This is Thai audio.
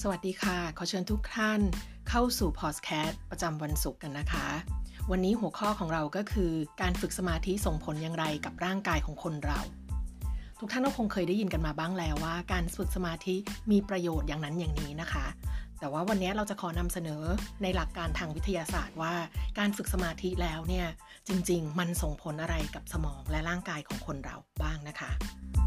สวัสดีค่ะขอเชิญทุกท่านเข้าสู่พอดแคสต์ประจำวันศุกร์กันนะคะวันนี้หัวข้อของเราก็คือการฝึกสมาธิส่งผลอย่างไรกับร่างกายของคนเราทุกท่านก็คงเคยได้ยินกันมาบ้างแล้วว่าการฝึกสมาธิมีประโยชน์อย่างนั้นอย่างนี้นะคะแต่ว่าวันนี้เราจะขอนำเสนอในหลักการทางวิทยาศาสตร์ว่าการฝึกสมาธิแล้วเนี่ยจริงๆมันส่งผลอะไรกับสมองและร่างกายของคนเราบ้างนะคะ